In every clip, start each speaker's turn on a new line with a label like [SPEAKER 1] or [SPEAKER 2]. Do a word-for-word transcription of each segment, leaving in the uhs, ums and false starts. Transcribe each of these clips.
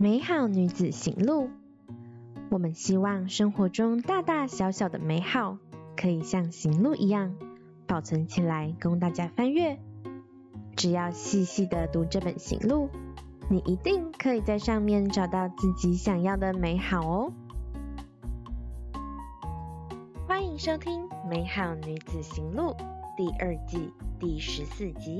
[SPEAKER 1] 美好女子行路。我们希望生活中大大小小的美好，可以像行路一样保存起来供大家翻阅。只要细细的读这本行路，你一定可以在上面找到自己想要的美好哦。欢迎收听《美好女子行路》第二季第十四集。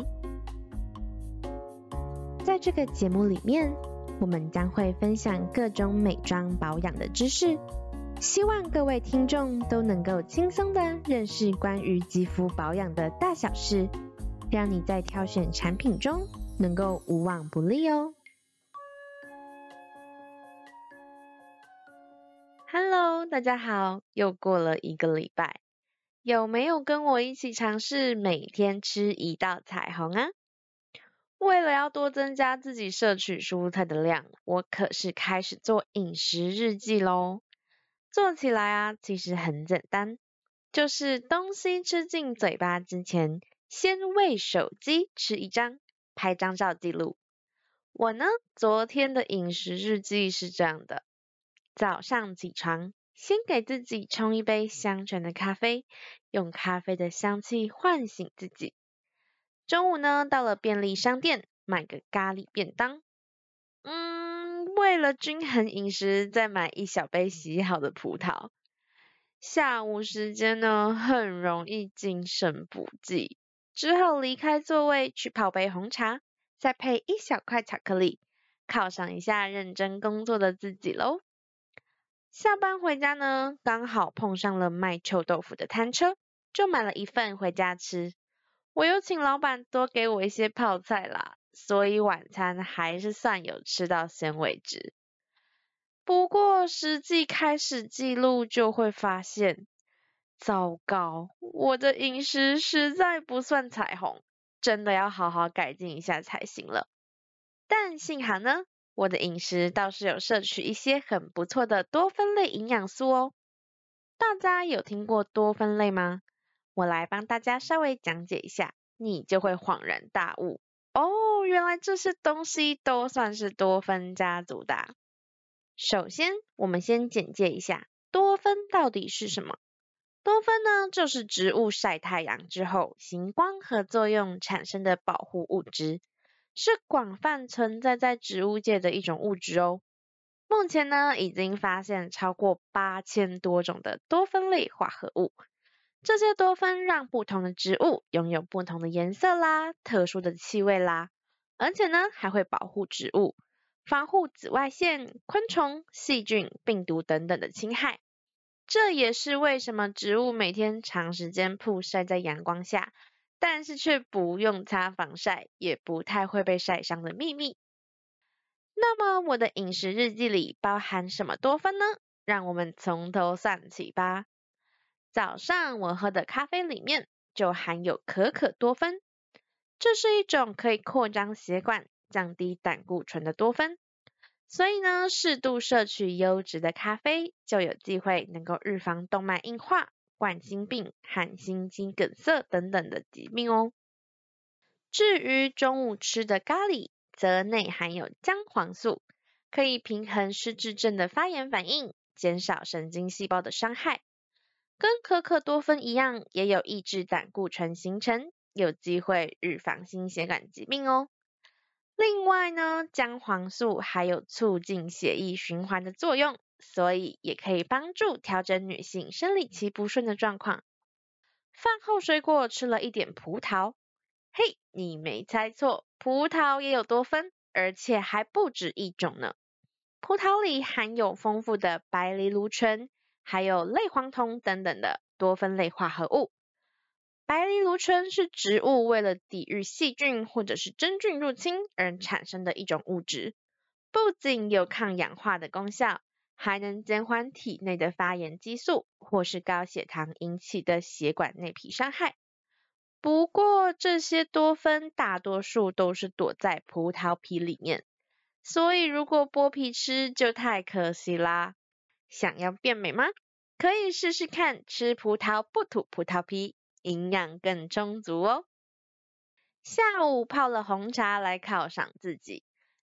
[SPEAKER 1] 在这个节目里面，我们将会分享各种美妆保养的知识，希望各位听众都能够轻松的认识关于肌肤保养的大小事，让你在挑选产品中能够无往不利哦。Hello， 大家好，又过了一个礼拜，有没有跟我一起尝试每天吃一道彩虹啊？为了要多增加自己摄取蔬菜的量，我可是开始做饮食日记咯。做起来啊，其实很简单，就是东西吃进嘴巴之前，先喂手机吃一张，拍张照记录。我呢，昨天的饮食日记是这样的：早上起床，先给自己冲一杯香醇的咖啡，用咖啡的香气唤醒自己。中午呢，到了便利商店买个咖喱便当。嗯，为了均衡饮食，再买一小杯洗好的葡萄。下午时间呢，很容易精神不济，只好离开座位去泡杯红茶，再配一小块巧克力，犒赏一下认真工作的自己咯。下班回家呢，刚好碰上了卖臭豆腐的摊车，就买了一份回家吃。我有请老板多给我一些泡菜啦，所以晚餐还是算有吃到纤维质。不过实际开始记录就会发现，糟糕，我的饮食实在不算彩虹，真的要好好改进一下才行了。但幸好呢，我的饮食倒是有摄取一些很不错的多酚类营养素哦。大家有听过多酚类吗？我来帮大家稍微讲解一下，你就会恍然大悟哦，原来这些东西都算是多酚家族的。首先，我们先简介一下多酚到底是什么。多酚呢，就是植物晒太阳之后行光合作用产生的保护物质，是广泛存在在植物界的一种物质哦。目前呢，已经发现超过八千多种的多酚类化合物。这些多酚让不同的植物拥有不同的颜色啦，特殊的气味啦，而且呢还会保护植物，防护紫外线、昆虫、细菌、病毒等等的侵害。这也是为什么植物每天长时间曝晒在阳光下，但是却不用擦防晒，也不太会被晒伤的秘密。那么我的饮食日记里包含什么多酚呢？让我们从头算起吧。早上我喝的咖啡里面就含有可可多酚，这是一种可以扩张血管、降低胆固醇的多酚，所以呢，适度摄取优质的咖啡就有机会能够预防动脉硬化、冠心病和心肌梗塞等等的疾病哦。至于中午吃的咖喱，则内含有姜黄素，可以平衡失智症的发炎反应，减少神经细胞的伤害。跟可可多酚一样，也有抑制胆固醇形成，有机会预防心血管疾病哦。另外呢，姜黄素还有促进血液循环的作用，所以也可以帮助调整女性生理期不顺的状况。饭后水果吃了一点葡萄，嘿，你没猜错，葡萄也有多酚，而且还不止一种呢。葡萄里含有丰富的白藜芦醇，还有类黄酮等等的多酚类化合物。白藜芦醇是植物为了抵御细菌或者是真菌入侵而产生的一种物质，不仅有抗氧化的功效，还能减缓体内的发炎激素或是高血糖引起的血管内皮伤害。不过这些多酚大多数都是躲在葡萄皮里面，所以如果剥皮吃就太可惜啦。想要变美吗？可以试试看吃葡萄不吐葡萄皮，营养更充足哦。下午泡了红茶来犒赏自己，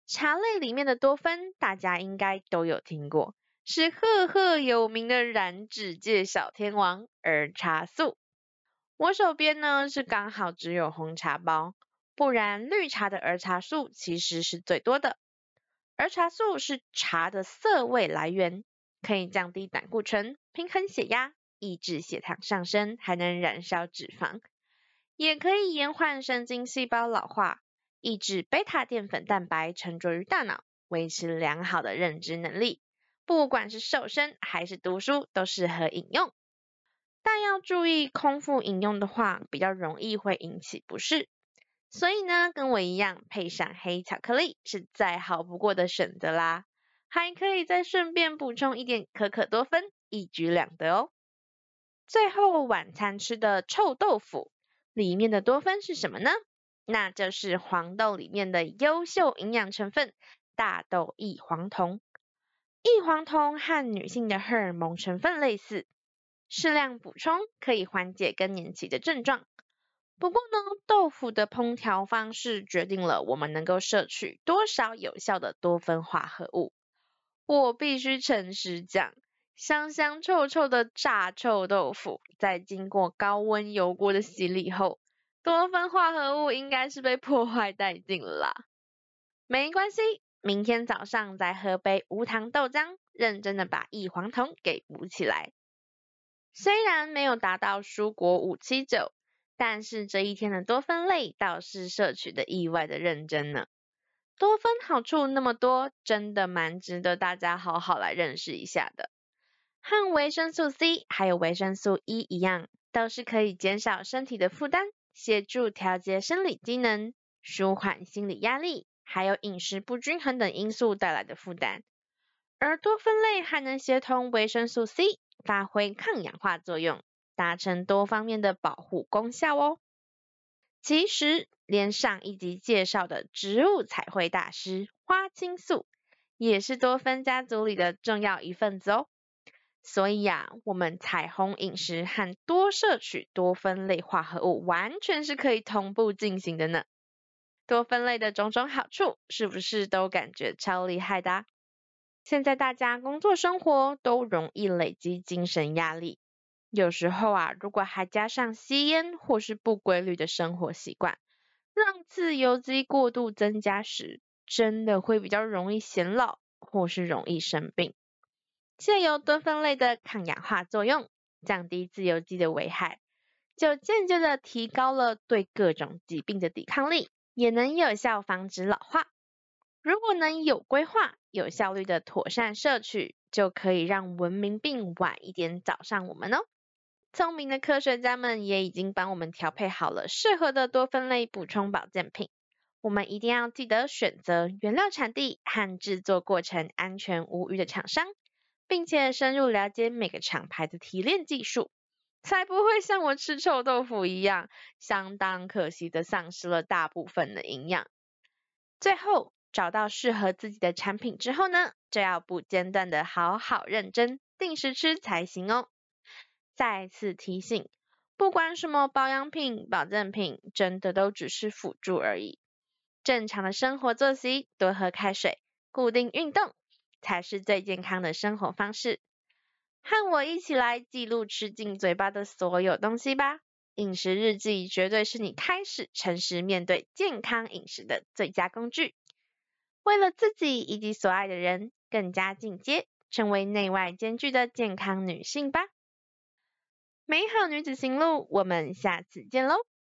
[SPEAKER 1] 茶类里面的多酚，大家应该都有听过，是赫赫有名的燃脂界小天王儿茶素。我手边呢是刚好只有红茶包，不然绿茶的儿茶素其实是最多的。儿茶素是茶的涩味来源，可以降低胆固醇，平衡血压，抑制血糖上升，还能燃烧脂肪，也可以延缓神经细胞老化，抑制贝塔淀粉蛋白沉着于大脑，维持良好的认知能力。不管是瘦身还是读书，都适合饮用。但要注意，空腹饮用的话，比较容易会引起不适。所以呢，跟我一样，配上黑巧克力是再好不过的选择啦。还可以再顺便补充一点可可多酚，一举两得哦。最后晚餐吃的臭豆腐，里面的多酚是什么呢？那就是黄豆里面的优秀营养成分大豆异黄酮。异黄酮和女性的荷尔蒙成分类似，适量补充可以缓解更年期的症状。不过呢，豆腐的烹调方式决定了我们能够摄取多少有效的多酚化合物。我必须诚实讲，香香臭臭的炸臭豆腐，在经过高温油锅的洗礼后，多酚化合物应该是被破坏殆尽了啦。没关系，明天早上再喝杯无糖豆浆，认真的把异黄酮给补起来。虽然没有达到蔬果五七九，但是这一天的多酚类倒是摄取的意外的认真呢。多酚好处那么多，真的蛮值得大家好好来认识一下的。和维生素 C 还有维生素 E 一样，都是可以减少身体的负担，协助调节生理机能，舒缓心理压力，还有饮食不均衡等因素带来的负担。而多酚类还能协同维生素 C 发挥抗氧化作用，达成多方面的保护功效哦。其实连上一集介绍的植物彩绘大师花青素，也是多酚家族里的重要一份子哦。所以呀、啊，我们彩虹饮食和多摄取多酚类化合物完全是可以同步进行的呢。多酚类的种种好处，是不是都感觉超厉害的啊？现在大家工作生活都容易累积精神压力，有时候啊，如果还加上吸烟或是不规律的生活习惯，让自由基过度增加时，真的会比较容易显老或是容易生病。借由多酚类的抗氧化作用，降低自由基的危害，就间接的提高了对各种疾病的抵抗力，也能有效防止老化。如果能有规划、有效率的妥善摄取，就可以让文明病晚一点找上我们哦。聪明的科学家们也已经帮我们调配好了适合的多酚类补充保健品，我们一定要记得选择原料产地和制作过程安全无虞的厂商，并且深入了解每个厂牌的提炼技术，才不会像我吃臭豆腐一样，相当可惜的丧失了大部分的营养。最后，找到适合自己的产品之后呢，就要不间断的好好认真，定时吃才行哦。再次提醒，不管什么保养品、保健品，真的都只是辅助而已。正常的生活作息，多喝开水，固定运动，才是最健康的生活方式。和我一起来记录吃进嘴巴的所有东西吧。饮食日记绝对是你开始诚实面对健康饮食的最佳工具。为了自己以及所爱的人更加进阶，成为内外兼具的健康女性吧。美好女子行路，我们下次见喽。